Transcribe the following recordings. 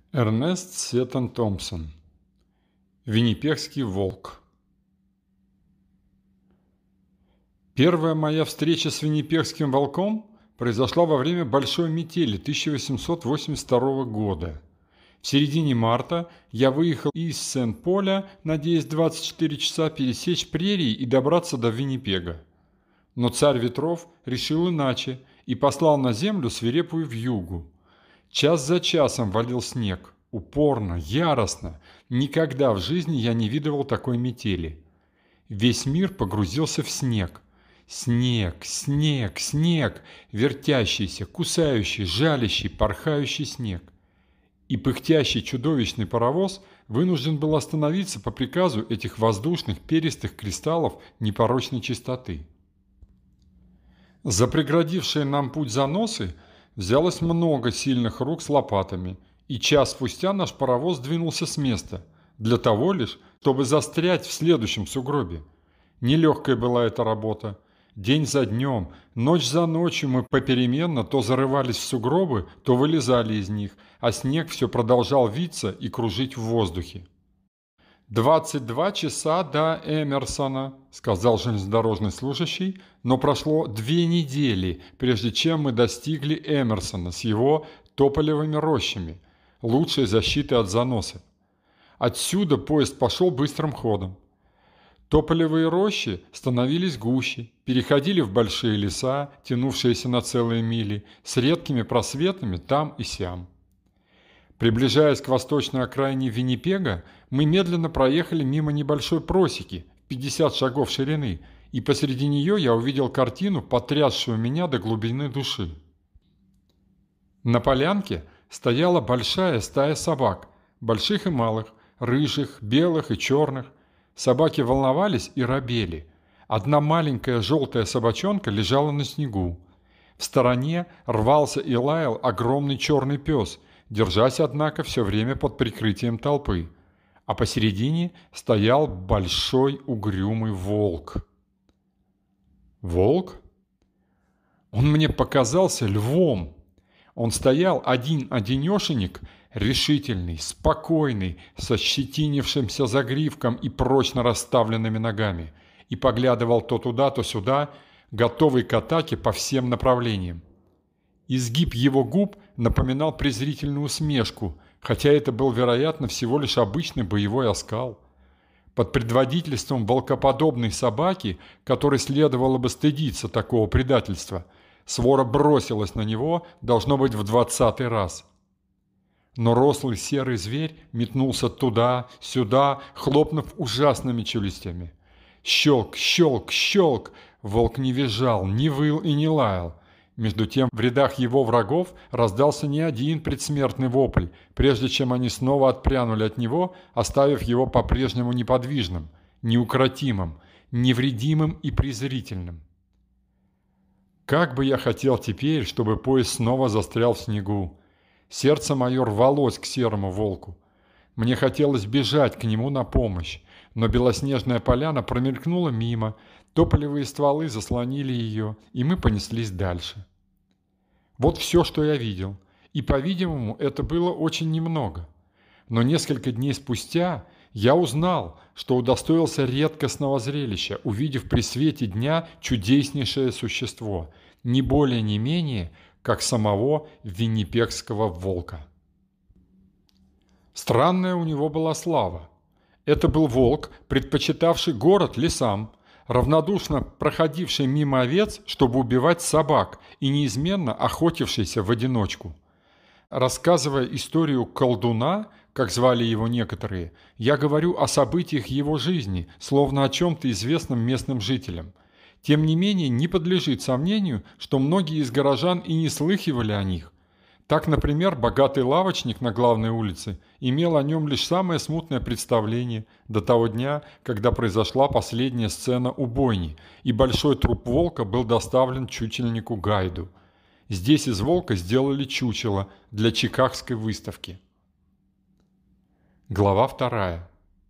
Эрнест Сеттон Томпсон. Виннипегский волк. Первая моя встреча с виннипегским волком произошла во время большой метели 1882 года. В середине марта я выехал из Сен-Поля, надеясь 24 часа пересечь прерии и добраться до Виннипега. Но царь ветров решил иначе и послал на землю свирепую вьюгу. Час за часом валил снег. Упорно, яростно. Никогда в жизни я не видывал такой метели. Весь мир погрузился в снег. Снег, снег, снег. Вертящийся, кусающий, жалящий, порхающий снег. И пыхтящий чудовищный паровоз вынужден был остановиться по приказу этих воздушных перистых кристаллов непорочной чистоты. За преградившие нам путь заносы взялось много сильных рук с лопатами, и час спустя наш паровоз двинулся с места, для того лишь, чтобы застрять в следующем сугробе. Нелегкая была эта работа. День за днем, ночь за ночью мы попеременно то зарывались в сугробы, то вылезали из них, а снег все продолжал виться и кружить в воздухе. 22 часа до Эмерсона, сказал железнодорожный служащий, но прошло 2 недели, прежде чем мы достигли Эмерсона с его тополевыми рощами, лучшей защиты от заноса. Отсюда поезд пошел быстрым ходом. Тополевые рощи становились гуще, переходили в большие леса, тянувшиеся на целые мили, с редкими просветами там и сям. Приближаясь к восточной окраине Виннипега, мы медленно проехали мимо небольшой просеки, 50 шагов ширины, и посреди нее я увидел картину, потрясшую меня до глубины души. На полянке стояла большая стая собак, больших и малых, рыжих, белых и черных. Собаки волновались и робели. Одна маленькая желтая собачонка лежала на снегу. В стороне рвался и лаял огромный черный пес, держась, однако, все время под прикрытием толпы. А посередине стоял большой угрюмый волк. Волк? Он мне показался львом. Он стоял один-одинешенек, решительный, спокойный, со щетинившимся загривком и прочно расставленными ногами, и поглядывал то туда, то сюда, готовый к атаке по всем направлениям. Изгиб его губ напоминал презрительную усмешку, хотя это был, вероятно, всего лишь обычный боевой оскал. Под предводительством волкоподобной собаки, которой следовало бы стыдиться такого предательства, свора бросилась на него, должно быть, в 20-й раз. Но рослый серый зверь метнулся туда-сюда, хлопнув ужасными челюстями. Щелк, щелк, щелк! Волк не визжал, не выл и не лаял. Между тем в рядах его врагов раздался не один предсмертный вопль, прежде чем они снова отпрянули от него, оставив его по-прежнему неподвижным, неукротимым, невредимым и презрительным. Как бы я хотел теперь, чтобы поезд снова застрял в снегу. Сердце мое рвалось к серому волку. Мне хотелось бежать к нему на помощь, но белоснежная поляна промелькнула мимо, тополевые стволы заслонили ее, и мы понеслись дальше. Вот все, что я видел, и, по-видимому, это было очень немного. Но несколько дней спустя я узнал, что удостоился редкостного зрелища, увидев при свете дня чудеснейшее существо, не более не менее, как самого виннипегского волка. Странная у него была слава. Это был волк, предпочитавший город лесам, равнодушно проходивший мимо овец, чтобы убивать собак, и неизменно охотившийся в одиночку. Рассказывая историю колдуна, как звали его некоторые, я говорю о событиях его жизни, словно о чем-то известном местным жителям. Тем не менее, не подлежит сомнению, что многие из горожан и не слыхивали о них. Так, например, богатый лавочник на главной улице имел о нем лишь самое смутное представление до того дня, когда произошла последняя сцена убойни, и большой труп волка был доставлен чучельнику Гайду. Здесь из волка сделали чучело для Чикагской выставки. Глава 2.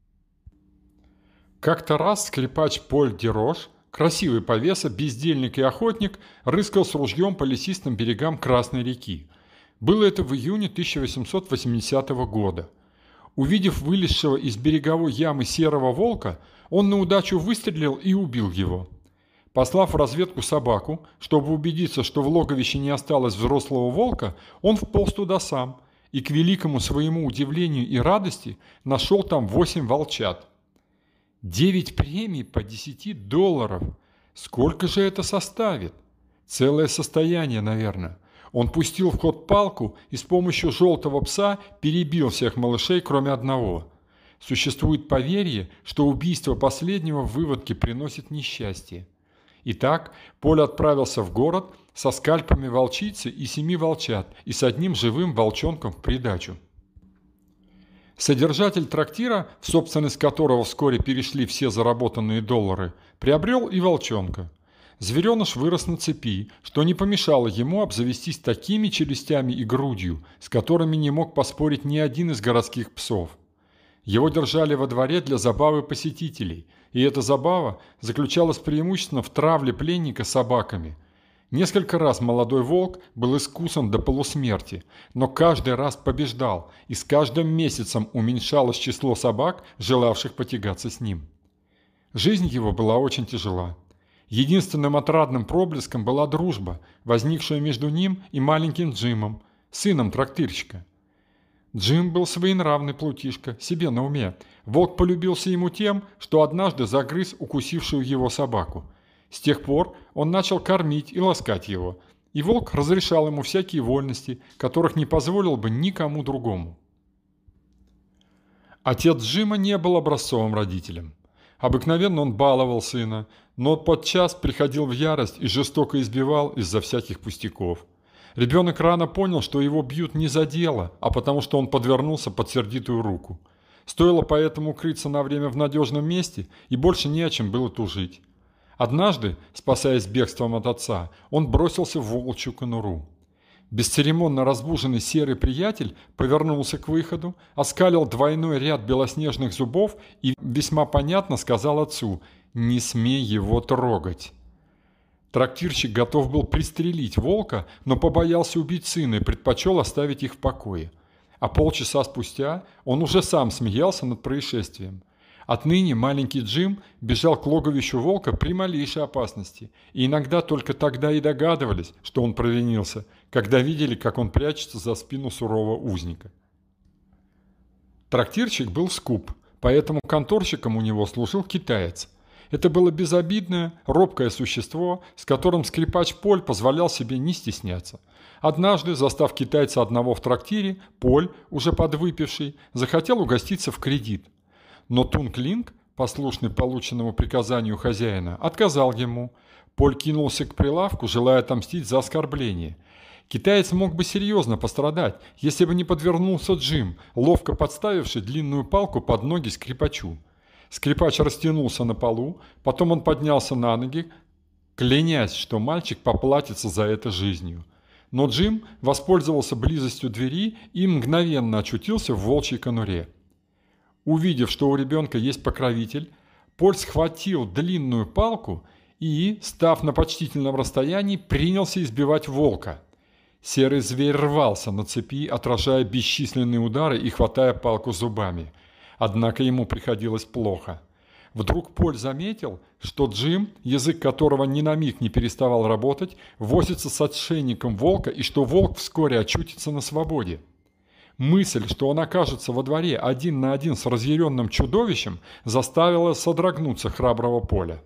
Как-то раз скрипач Поль Дерош, красивый повеса, бездельник и охотник, рыскал с ружьем по лесистым берегам Красной реки. Было это в июне 1880 года. Увидев вылезшего из береговой ямы серого волка, он на удачу выстрелил и убил его. Послав в разведку собаку, чтобы убедиться, что в логовище не осталось взрослого волка, он вполз туда сам и, к великому своему удивлению и радости, нашел там 8 волчат. 9 премий по $10. Сколько же это составит? Целое состояние, наверное. Он пустил в ход палку и с помощью желтого пса перебил всех малышей, кроме одного. Существует поверье, что убийство последнего в выводке приносит несчастье. Итак, Поль отправился в город со скальпами волчицы и 7 волчат и с одним живым волчонком в придачу. Содержатель трактира, в собственность которого вскоре перешли все заработанные доллары, приобрел и волчонка. Звереныш вырос на цепи, что не помешало ему обзавестись такими челюстями и грудью, с которыми не мог поспорить ни один из городских псов. Его держали во дворе для забавы посетителей, и эта забава заключалась преимущественно в травле пленника собаками. Несколько раз молодой волк был искусан до полусмерти, но каждый раз побеждал, и с каждым месяцем уменьшалось число собак, желавших потягаться с ним. Жизнь его была очень тяжела. Единственным отрадным проблеском была дружба, возникшая между ним и маленьким Джимом, сыном трактирщика. Джим был своенравный плутишка, себе на уме. Волк полюбился ему тем, что однажды загрыз укусившую его собаку. С тех пор он начал кормить и ласкать его, и волк разрешал ему всякие вольности, которых не позволил бы никому другому. Отец Джима не был образцовым родителем. Обыкновенно он баловал сына, но подчас приходил в ярость и жестоко избивал из-за всяких пустяков. Ребенок рано понял, что его бьют не за дело, а потому что он подвернулся под сердитую руку. Стоило поэтому укрыться на время в надежном месте, и больше не о чем было тужить. Однажды, спасаясь бегством от отца, он бросился в волчью конуру. Бесцеремонно разбуженный серый приятель повернулся к выходу, оскалил двойной ряд белоснежных зубов и весьма понятно сказал отцу: «Не смей его трогать». Трактирщик готов был пристрелить волка, но побоялся убить сына и предпочел оставить их в покое. А полчаса спустя он уже сам смеялся над происшествием. Отныне маленький Джим бежал к логовищу волка при малейшей опасности, и иногда только тогда и догадывались, что он провинился, когда видели, как он прячется за спину сурового узника. Трактирщик был скуп, поэтому конторщиком у него служил китаец. Это было безобидное, робкое существо, с которым скрипач Поль позволял себе не стесняться. Однажды, застав китайца одного в трактире, Поль, уже подвыпивший, захотел угоститься в кредит. Но Тунг Линг, послушный полученному приказанию хозяина, отказал ему. Поль кинулся к прилавку, желая отомстить за оскорбление. Китаец мог бы серьезно пострадать, если бы не подвернулся Джим, ловко подставивший длинную палку под ноги скрипачу. Скрипач растянулся на полу, потом он поднялся на ноги, клянясь, что мальчик поплатится за это жизнью. Но Джим воспользовался близостью двери и мгновенно очутился в волчьей конуре. Увидев, что у ребенка есть покровитель, Поль схватил длинную палку и, став на почтительном расстоянии, принялся избивать волка. Серый зверь рвался на цепи, отражая бесчисленные удары и хватая палку зубами. Однако ему приходилось плохо. Вдруг Поль заметил, что Джим, язык которого ни на миг не переставал работать, возится с отшельником волка и что волк вскоре очутится на свободе. Мысль, что он окажется во дворе один на один с разъяренным чудовищем, заставила содрогнуться храброго Поля.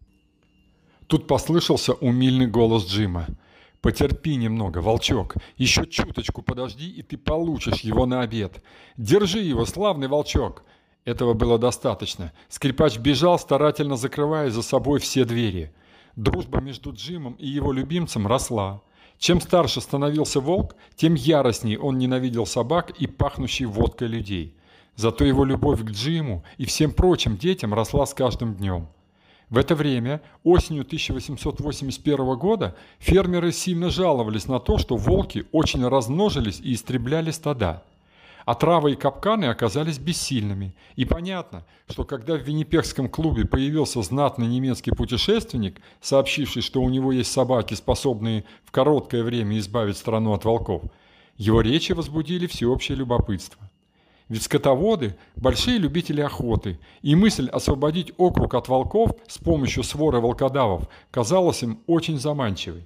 Тут послышался умильный голос Джима. «Потерпи немного, волчок, еще чуточку подожди, и ты получишь его на обед. Держи его, славный волчок!» Этого было достаточно. Скрипач бежал, старательно закрывая за собой все двери. Дружба между Джимом и его любимцем росла. Чем старше становился волк, тем яростней он ненавидел собак и пахнущих водкой людей. Зато его любовь к Джиму и всем прочим детям росла с каждым днем. В это время, осенью 1881 года, фермеры сильно жаловались на то, что волки очень размножились и истребляли стада. Отравы и капканы оказались бессильными. И понятно, что когда в Виннипегском клубе появился знатный немецкий путешественник, сообщивший, что у него есть собаки, способные в короткое время избавить страну от волков, Его речи возбудили всеобщее любопытство. Ведь скотоводы – большие любители охоты, и мысль освободить округ от волков с помощью своры волкодавов казалась им очень заманчивой.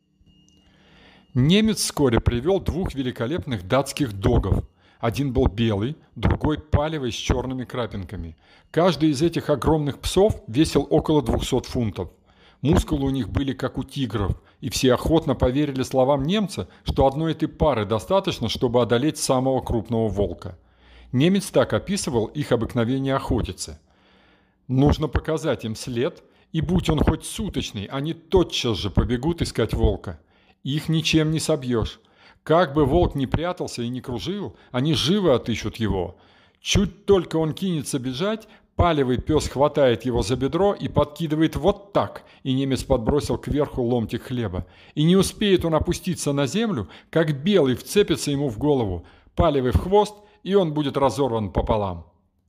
Немец вскоре привел двух великолепных датских догов. Один был белый, другой палевый с черными крапинками. Каждый из этих огромных псов весил около 200 фунтов. Мускулы у них были как у тигров, и все охотно поверили словам немца, что одной этой пары достаточно, чтобы одолеть самого крупного волка. Немец так описывал их обыкновение охотиться. Нужно показать им след, и будь он хоть суточный, они тотчас же побегут искать волка. Их ничем не собьешь. Как бы волк ни прятался и ни кружил, они живо отыщут его. Чуть только он кинется бежать, палевый пес хватает его за бедро и подкидывает вот так, и немец подбросил кверху ломтик хлеба. И не успеет он опуститься на землю, как белый вцепится ему в голову, палевый в хвост, и он будет разорван пополам.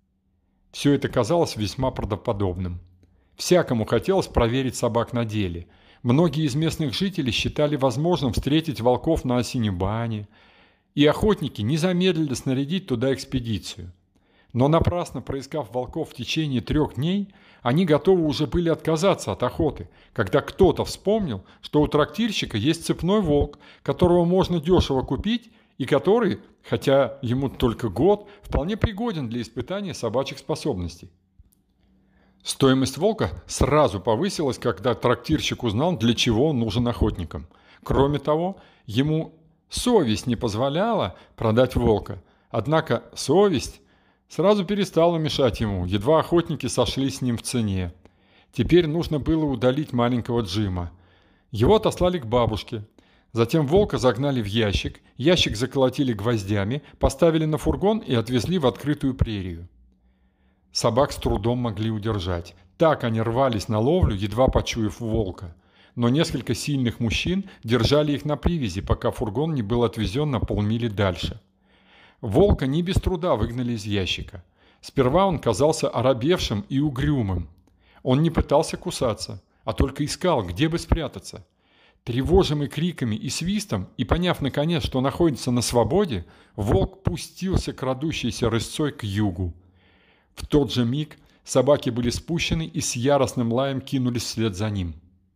Все это казалось весьма правдоподобным. Всякому хотелось проверить собак на деле. Многие из местных жителей считали возможным встретить волков на Осинебане, и охотники не замедлили снарядить туда экспедицию. Но напрасно проискав волков в течение 3 дней, они готовы уже были отказаться от охоты, когда кто-то вспомнил, что у трактирщика есть цепной волк, которого можно дешево купить и который, хотя ему только год, вполне пригоден для испытания собачьих способностей. Стоимость волка сразу повысилась, когда трактирщик узнал, для чего он нужен охотникам. Кроме того, ему совесть не позволяла продать волка. Однако совесть сразу перестала мешать ему, едва охотники сошлись с ним в цене. Теперь нужно было удалить маленького Джима. Его отослали к бабушке. Затем волка загнали в ящик, ящик заколотили гвоздями, поставили на фургон и отвезли в открытую прерию. Собак с трудом могли удержать. Так они рвались на ловлю, едва почуяв волка. Но несколько сильных мужчин держали их на привязи, пока фургон не был отвезен на полмили дальше. Волка не без труда выгнали из ящика. Сперва он казался оробевшим и угрюмым. Он не пытался кусаться, а только искал, где бы спрятаться. Тревожимый криками и свистом, и поняв наконец, что находится на свободе, волк пустился крадущейся рысцой к югу. В тот же миг собаки были спущены и с яростным лаем кинулись вслед за ним.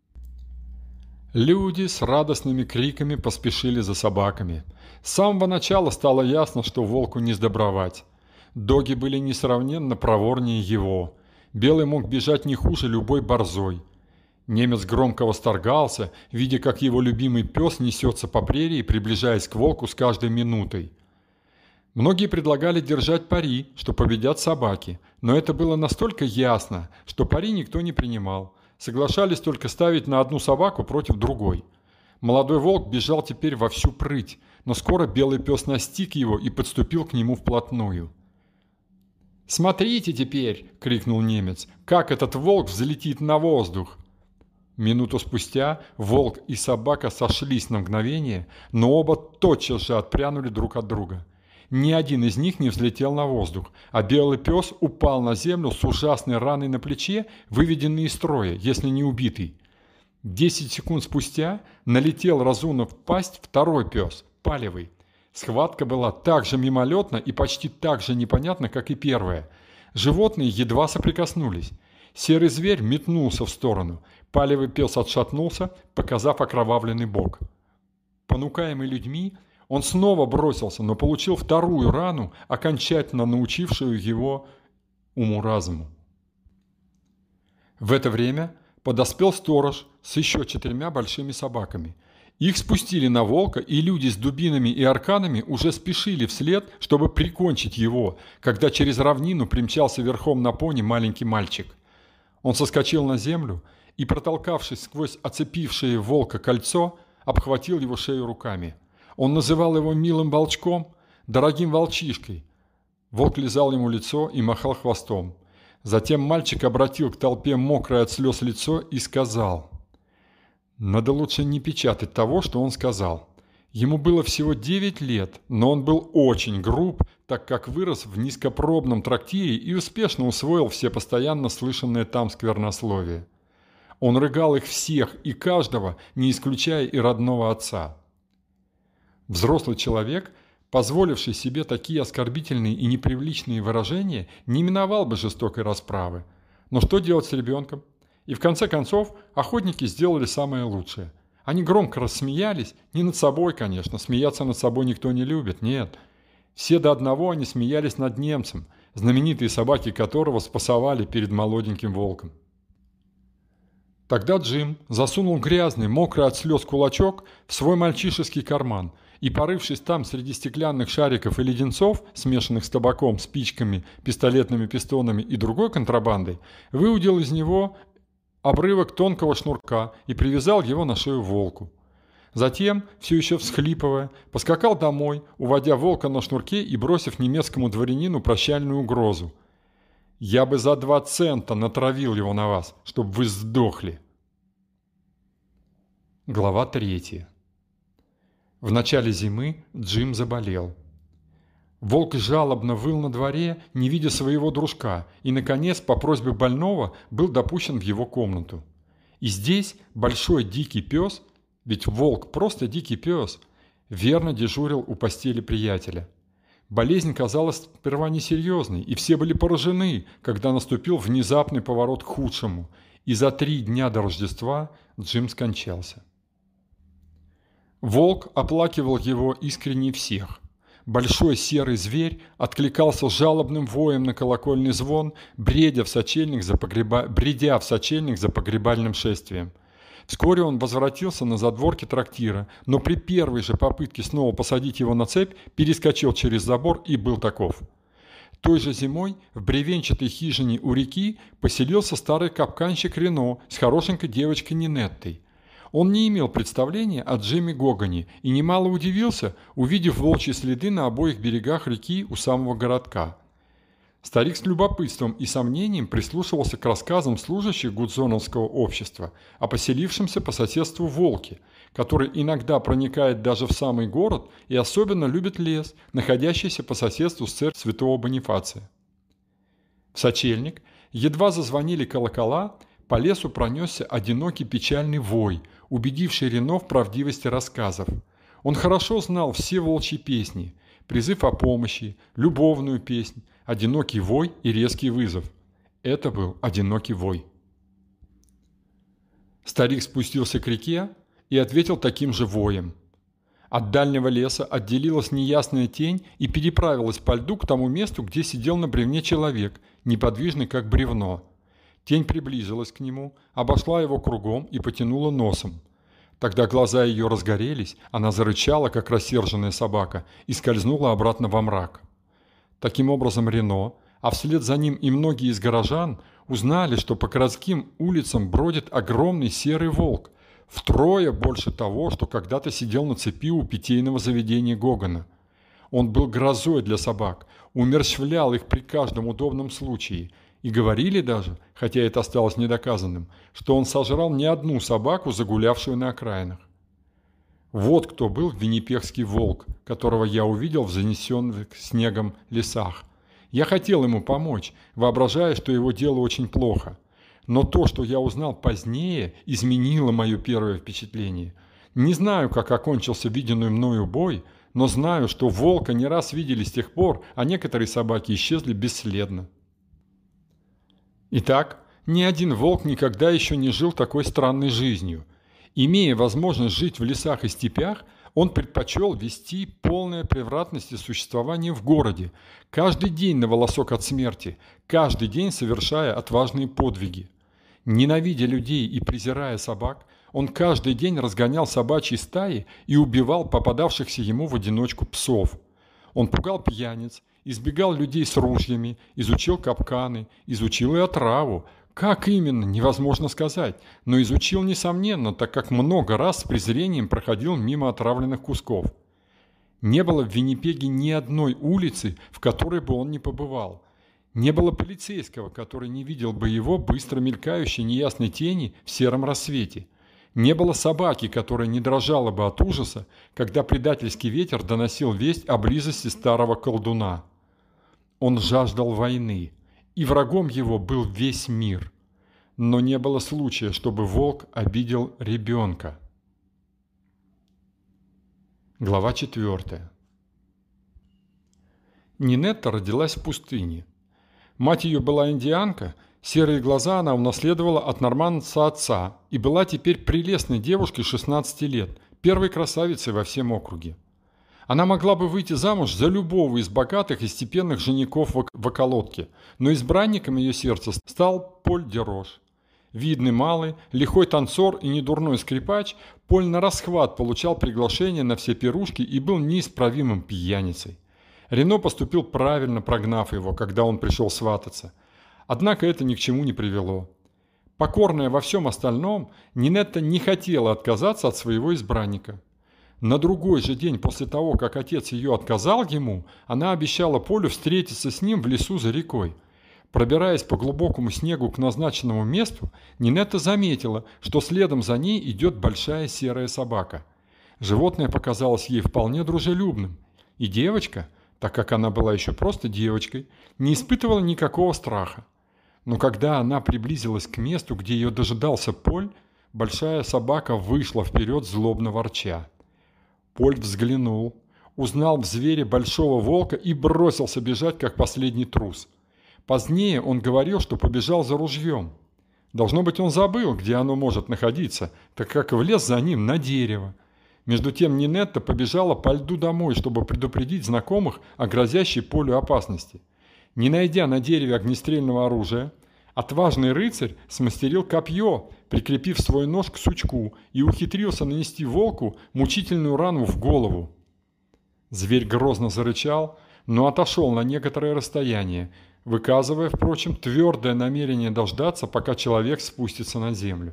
Люди с радостными криками поспешили за собаками. С самого начала стало ясно, что волку не сдобровать. Доги были несравненно проворнее его. Белый мог бежать не хуже любой борзой. Немец громко восторгался, видя, как его любимый пес несется по прерии, приближаясь к волку с каждой минутой. Многие предлагали держать пари, что победят собаки, но это было настолько ясно, что пари никто не принимал. Соглашались только ставить на одну собаку против другой. Молодой волк бежал теперь во всю прыть, но скоро белый пес настиг его и подступил к нему вплотную. «Смотрите теперь!» – крикнул немец. «Как этот волк взлетит на воздух!» Минуту спустя волк и собака сошлись на мгновение, но оба тотчас же отпрянули друг от друга. Ни один из них не взлетел на воздух, а белый пес упал на землю с ужасной раной на плече, выведенный из строя, если не убитый. 10 секунд спустя налетел, разунув пасть, второй пес, палевый. Схватка была так же мимолетна и почти так же непонятна, как и первая. Животные едва соприкоснулись. Серый зверь метнулся в сторону. Палевый пес отшатнулся, показав окровавленный бок. Понукаемый людьми, он снова бросился, но получил вторую рану, окончательно научившую его уму-разуму. В это время подоспел сторож с еще 4 большими собаками. Их спустили на волка, и люди с дубинами и арканами уже спешили вслед, чтобы прикончить его, когда через равнину примчался верхом на пони маленький мальчик. Он соскочил на землю и, протолкавшись сквозь оцепившее волка кольцо, обхватил его шею руками. Он называл его милым волчком, дорогим волчишкой. Волк лизал ему лицо и махал хвостом. Затем мальчик обратил к толпе мокрое от слез лицо и сказал: «Надо лучше не печатать того, что он сказал». Ему было всего 9 лет, но он был очень груб, так как вырос в низкопробном трактире и успешно усвоил все постоянно слышанные там сквернословия. Он рыгал их всех и каждого, не исключая и родного отца. Взрослый человек, позволивший себе такие оскорбительные и неприличные выражения, не миновал бы жестокой расправы. Но что делать с ребенком? И в конце концов охотники сделали самое лучшее. Они громко рассмеялись, не над собой, конечно, смеяться над собой никто не любит, нет. Все до одного они смеялись над немцем, знаменитые собаки которого спасовали перед молоденьким волком. Тогда Джим засунул грязный, мокрый от слез кулачок в свой мальчишеский карман и, порывшись там среди стеклянных шариков и леденцов, смешанных с табаком, спичками, пистолетными пистонами и другой контрабандой, выудил из него обрывок тонкого шнурка и привязал его на шею волку. Затем, все еще всхлипывая, поскакал домой, уводя волка на шнурке и бросив немецкому дворянину прощальную угрозу. «Я бы за 2 цента натравил его на вас, чтобы вы сдохли». Глава 3. В начале зимы Джим заболел. Волк жалобно выл на дворе, не видя своего дружка, и, наконец, по просьбе больного, был допущен в его комнату. И здесь большой дикий пес, ведь волк просто дикий пес, верно дежурил у постели приятеля. Болезнь казалась сперва несерьезной, и все были поражены, когда наступил внезапный поворот к худшему, и за 3 дня до Рождества Джим скончался. Волк оплакивал его искренне всех. Большой серый зверь откликался жалобным воем на колокольный звон, бредя в сочельник за погребальным шествием. Вскоре он возвратился на задворки трактира, но при первой же попытке снова посадить его на цепь перескочил через забор и был таков. Той же зимой в бревенчатой хижине у реки поселился старый капканщик Рено с хорошенькой девочкой Нинеттой. Он не имел представления о Джиме Гогане и немало удивился, увидев волчьи следы на обоих берегах реки у самого городка. Старик с любопытством и сомнением прислушивался к рассказам служащих гудзоновского общества о поселившемся по соседству волке, который иногда проникает даже в самый город и особенно любит лес, находящийся по соседству с церковью святого Бонифация. В сочельник едва зазвонили колокола, по лесу пронесся одинокий печальный вой, убедивший Рено в правдивости рассказов. Он хорошо знал все волчьи песни, призыв о помощи, любовную песнь, одинокий вой и резкий вызов. Это был одинокий вой. Старик спустился к реке и ответил таким же воем. От дальнего леса отделилась неясная тень и переправилась по льду к тому месту, где сидел на бревне человек, неподвижный как бревно. Тень приблизилась к нему, обошла его кругом и потянула носом. Тогда глаза ее разгорелись, она зарычала, как рассерженная собака, и скользнула обратно во мрак. Таким образом Рено, а вслед за ним и многие из горожан, узнали, что по городским улицам бродит огромный серый волк, втрое больше того, что когда-то сидел на цепи у питейного заведения Гогана. Он был грозой для собак, умерщвлял их при каждом удобном случае, и говорили даже, хотя это осталось недоказанным, что он сожрал не одну собаку, загулявшую на окраинах. Вот кто был виннипегский волк, которого я увидел в занесенных снегом лесах. Я хотел ему помочь, воображая, что его дело очень плохо. Но то, что я узнал позднее, изменило мое первое впечатление. Не знаю, как окончился виденный мною бой, но знаю, что волка не раз видели с тех пор, а некоторые собаки исчезли бесследно. Итак, ни один волк никогда еще не жил такой странной жизнью. Имея возможность жить в лесах и степях, он предпочел вести полное превратности существование в городе, каждый день на волосок от смерти, каждый день совершая отважные подвиги. Ненавидя людей и презирая собак, он каждый день разгонял собачьи стаи и убивал попадавшихся ему в одиночку псов. Он пугал пьяниц, избегал людей с ружьями, изучил капканы, изучил и отраву. Как именно, невозможно сказать, но изучил несомненно, так как много раз с презрением проходил мимо отравленных кусков. Не было в Виннипеге ни одной улицы, в которой бы он не побывал. Не было полицейского, который не видел бы его быстро мелькающей неясной тени в сером рассвете. Не было собаки, которая не дрожала бы от ужаса, когда предательский ветер доносил весть о близости старого колдуна. Он жаждал войны, и врагом его был весь мир. Но не было случая, чтобы волк обидел ребенка. Глава 4. Нинетта родилась в пустыне. Мать ее была индианка, серые глаза она унаследовала от нормандца отца и была теперь прелестной девушкой 16 лет, первой красавицей во всем округе. Она могла бы выйти замуж за любого из богатых и степенных женихов в околотке, но избранником ее сердца стал Поль де Рош. Видный малый, лихой танцор и недурной скрипач, Поль нарасхват получал приглашения на все пирушки и был неисправимым пьяницей. Рено поступил правильно, прогнав его, когда он пришел свататься. Однако это ни к чему не привело. Покорная во всем остальном, Нинетта не хотела отказаться от своего избранника. На другой же день после того, как отец ее отказал ему, она обещала Полю встретиться с ним в лесу за рекой. Пробираясь по глубокому снегу к назначенному месту, Нинетта заметила, что следом за ней идет большая серая собака. Животное показалось ей вполне дружелюбным, и девочка, так как она была еще просто девочкой, не испытывала никакого страха. Но когда она приблизилась к месту, где ее дожидался Поль, большая собака вышла вперед, злобно ворча. Поль взглянул, узнал в звере большого волка и бросился бежать, как последний трус. Позднее он говорил, что побежал за ружьем. Должно быть, он забыл, где оно может находиться, так как влез за ним на дерево. Между тем Нинетта побежала по льду домой, чтобы предупредить знакомых о грозящей Полю опасности. Не найдя на дереве огнестрельного оружия, отважный рыцарь смастерил копье, прикрепив свой нож к сучку, и ухитрился нанести волку мучительную рану в голову. Зверь грозно зарычал, но отошел на некоторое расстояние, выказывая, впрочем, твердое намерение дождаться, пока человек спустится на землю.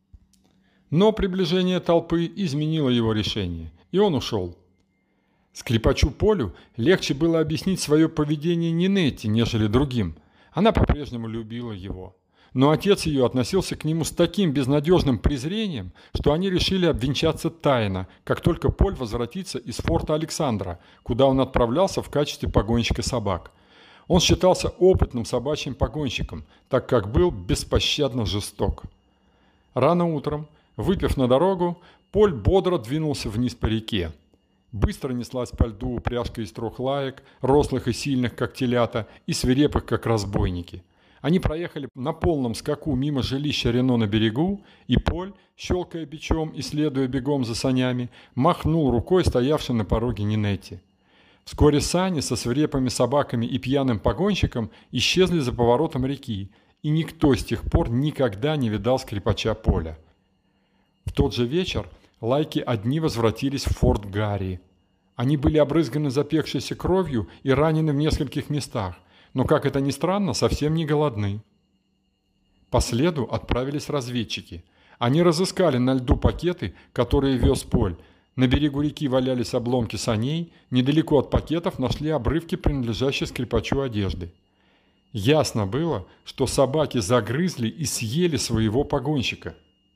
Но приближение толпы изменило его решение, и он ушел. Скрипачу Полю легче было объяснить свое поведение Нинетте, нежели другим. Она по-прежнему любила его. Но отец ее относился к нему с таким безнадежным презрением, что они решили обвенчаться тайно, как только Поль возвратится из форта Александра, куда он отправлялся в качестве погонщика собак. Он считался опытным собачьим погонщиком, так как был беспощадно жесток. Рано утром, выпив на дорогу, Поль бодро двинулся вниз по реке. Быстро неслась по льду упряжка из 3 лаек, рослых и сильных, как телята, и свирепых, как разбойники. Они проехали на полном скаку мимо жилища Рено на берегу, и Поль, щелкая бичом и следуя бегом за санями, махнул рукой стоявшей на пороге Нинетте. Вскоре сани со свирепыми собаками и пьяным погонщиком исчезли за поворотом реки, и никто с тех пор никогда не видал скрипача Поля. В тот же вечер лайки одни возвратились в форт Гарри. Они были обрызганы запекшейся кровью и ранены в нескольких местах, но, как это ни странно, совсем не голодны. По следу отправились разведчики. Они разыскали на льду пакеты, которые вез Поль. На берегу реки валялись обломки саней, недалеко от пакетов нашли обрывки, принадлежащие скрипачу одежды. Ясно было, что собаки загрызли и съели своего погонщика.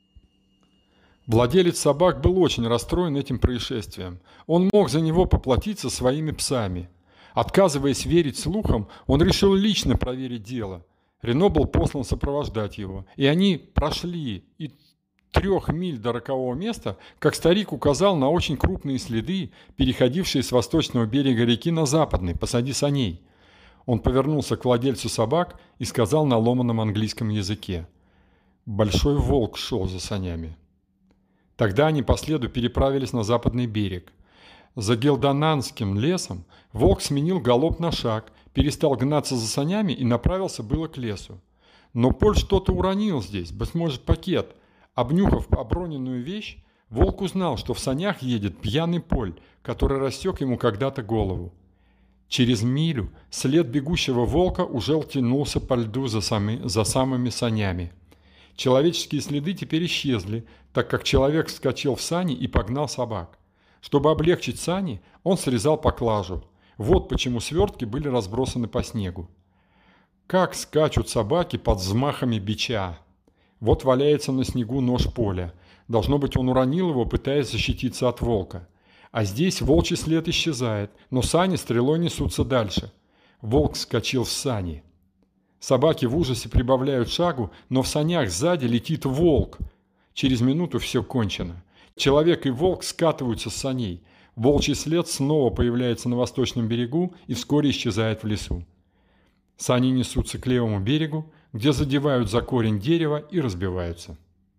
Владелец собак был очень расстроен этим происшествием. Он мог за него поплатиться своими псами. Отказываясь верить слухам, он решил лично проверить дело. Рено был послан сопровождать его, и они прошли и 3 миль до рокового места, как старик указал на очень крупные следы, переходившие с восточного берега реки на западный, позади саней. Он повернулся к владельцу собак и сказал на ломаном английском языке: «Большой волк шел за санями». Тогда они по следу переправились на западный берег. За Гелдананским лесом волк сменил галоп на шаг, перестал гнаться за санями и направился было к лесу. Но Поль что-то уронил здесь, быть может, пакет. Обнюхав оброненную вещь, волк узнал, что в санях едет пьяный Поль, который рассек ему когда-то голову. Через милю след бегущего волка уже тянулся по льду за самыми санями. Человеческие следы теперь исчезли, так как человек вскочил в сани и погнал собак. Чтобы облегчить сани, он срезал поклажу. Вот почему свертки были разбросаны по снегу. Как скачут собаки под взмахами бича! Вот валяется на снегу нож Поля. Должно быть, он уронил его, пытаясь защититься от волка. А здесь волчий след исчезает, но сани стрелой несутся дальше. Волк вскочил в сани. Собаки в ужасе прибавляют шагу, но в санях сзади летит волк. Через минуту все кончено. Человек и волк скатываются с саней. Волчий след снова появляется на восточном берегу и вскоре исчезает в лесу. Сани несутся к левому берегу, где задевают за корень дерева и разбиваются.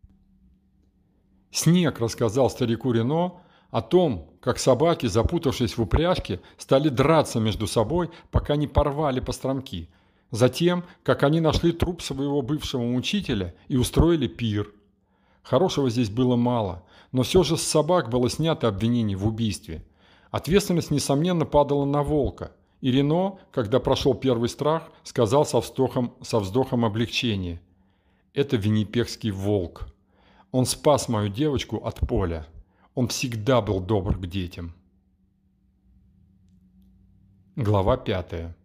Снег рассказал старику Рено о том, как собаки, запутавшись в упряжке, стали драться между собой, пока не порвали постромки. Затем, как они нашли труп своего бывшего мучителя и устроили пир. Хорошего здесь было мало, но все же с собак было снято обвинение в убийстве. Ответственность, несомненно, падала на волка. И Рено, когда прошел первый страх, сказал со вздохом облегчения: «Это виннипегский волк. Он спас мою девочку от Поля. Он всегда был добр к детям». Глава 5.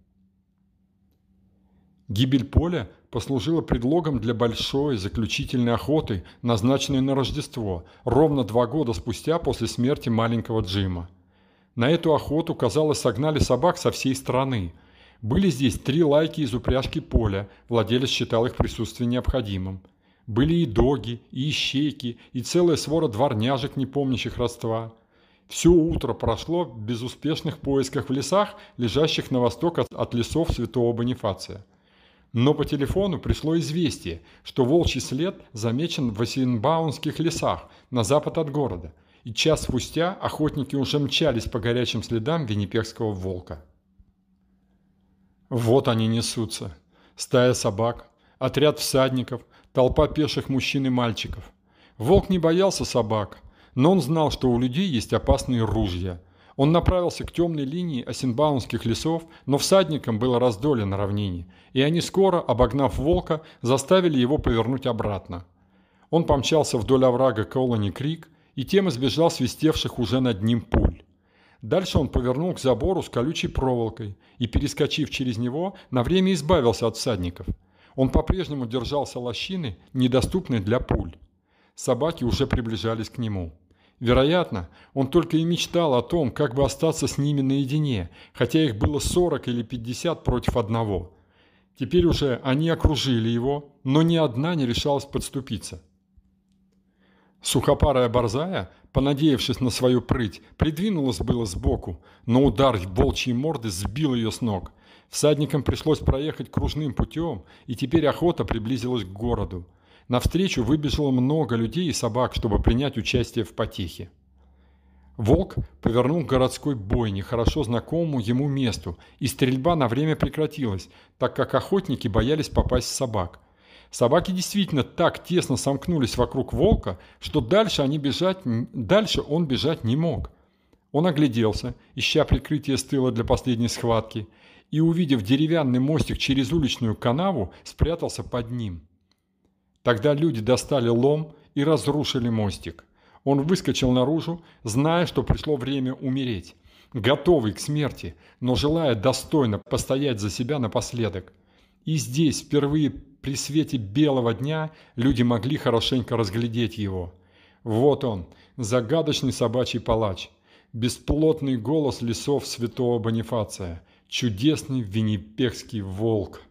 Гибель Поля послужила предлогом для большой заключительной охоты, назначенной на Рождество, ровно 2 года спустя после смерти маленького Джима. На эту охоту, казалось, согнали собак со всей страны. Были здесь 3 лайки из упряжки Поля, владелец считал их присутствие необходимым. Были и доги, и ищейки, и целая свора дворняжек, не помнящих родства. Все утро прошло в безуспешных поисках в лесах, лежащих на восток от лесов Святого Бонифация. Но по телефону пришло известие, что волчий след замечен в Осенбаунских лесах, на запад от города, и час спустя охотники уже мчались по горячим следам виннипегского волка. Вот они несутся. Стая собак, отряд всадников, толпа пеших мужчин и мальчиков. Волк не боялся собак, но он знал, что у людей есть опасные ружья. Он направился к темной линии Осенбаунских лесов, но всадникам было раздолье на равнине, и они скоро, обогнав волка, заставили его повернуть обратно. Он помчался вдоль оврага Колони-Крик и тем избежал свистевших уже над ним пуль. Дальше он повернул к забору с колючей проволокой и, перескочив через него, на время избавился от всадников. Он по-прежнему держался лощины, недоступной для пуль. Собаки уже приближались к нему. Вероятно, он только и мечтал о том, как бы остаться с ними наедине, хотя их было 40 или 50 против одного. Теперь уже они окружили его, но ни одна не решалась подступиться. Сухопарая борзая, понадеявшись на свою прыть, придвинулась было сбоку, но удар волчьей морды сбил ее с ног. Всадникам пришлось проехать кружным путем, и теперь охота приблизилась к городу. Навстречу выбежало много людей и собак, чтобы принять участие в потехе. Волк повернул к городской бойне, хорошо знакомому ему месту, и стрельба на время прекратилась, так как охотники боялись попасть в собак. Собаки действительно так тесно сомкнулись вокруг волка, что дальше он бежать не мог. Он огляделся, ища прикрытие с тыла для последней схватки, и, увидев деревянный мостик через уличную канаву, спрятался под ним. Тогда люди достали лом и разрушили мостик. Он выскочил наружу, зная, что пришло время умереть, готовый к смерти, но желая достойно постоять за себя напоследок. И здесь, впервые при свете белого дня, люди могли хорошенько разглядеть его. Вот он, загадочный собачий палач, бесплотный голос лесов Святого Бонифация, чудесный виннипегский волк.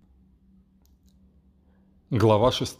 Глава 6.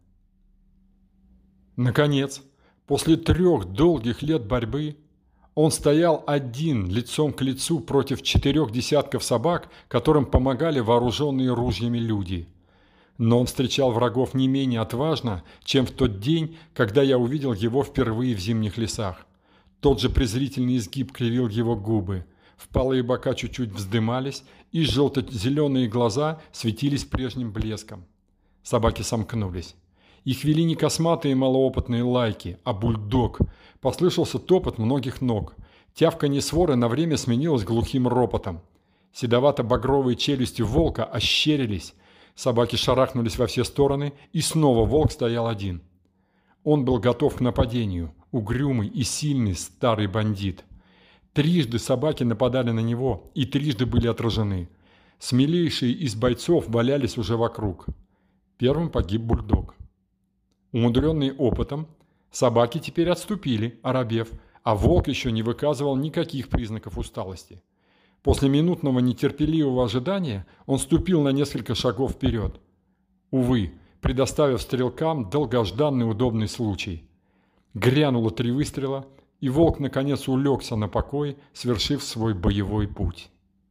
Наконец, после 3 долгих лет борьбы, он стоял один, лицом к лицу против 4 десятков собак, которым помогали вооруженные ружьями люди. Но он встречал врагов не менее отважно, чем в тот день, когда я увидел его впервые в зимних лесах. Тот же презрительный изгиб кривил его губы, впалые бока чуть-чуть вздымались, и желто-зеленые глаза светились прежним блеском. Собаки сомкнулись. Их вели не косматые малоопытные лайки, а бульдог. Послышался топот многих ног. Тявканье своры на время сменилось глухим ропотом. Седовато-багровые челюсти волка ощерились. Собаки шарахнулись во все стороны, и снова волк стоял один. Он был готов к нападению, угрюмый и сильный старый бандит. 3 собаки нападали на него, и 3 были отражены. Смелейшие из бойцов валялись уже вокруг. Первым погиб бульдог. Умудренные опытом, собаки теперь отступили, оробев, а волк еще не выказывал никаких признаков усталости. После минутного нетерпеливого ожидания он ступил на несколько шагов вперед. Увы, предоставив стрелкам долгожданный удобный случай. Грянуло 3 выстрела, и волк наконец улегся на покой, свершив свой боевой путь.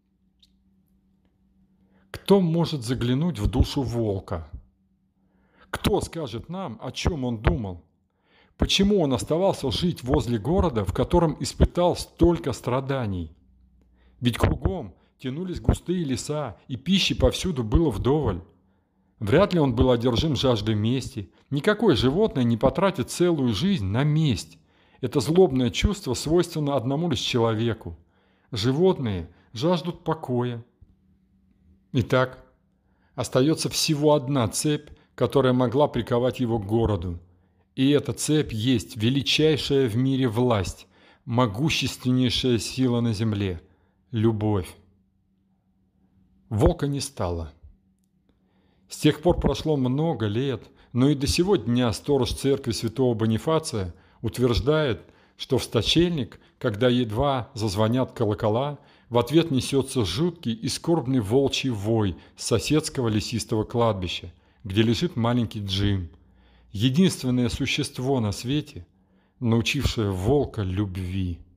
Кто может заглянуть в душу волка? Кто скажет нам, о чем он думал? Почему он оставался жить возле города, в котором испытал столько страданий? Ведь кругом тянулись густые леса, и пищи повсюду было вдоволь. Вряд ли он был одержим жаждой мести. Никакое животное не потратит целую жизнь на месть. Это злобное чувство свойственно одному лишь человеку. Животные жаждут покоя. Итак, остается всего одна цепь, которая могла приковать его к городу. И эта цепь есть величайшая в мире власть, могущественнейшая сила на земле – любовь. Волка не стало. С тех пор прошло много лет, но и до сего дня сторож церкви святого Бонифация утверждает, что в сточельник, когда едва зазвонят колокола, в ответ несется жуткий и скорбный волчий вой с соседского лесистого кладбища, где лежит маленький Джим, единственное существо на свете, научившее волка любви.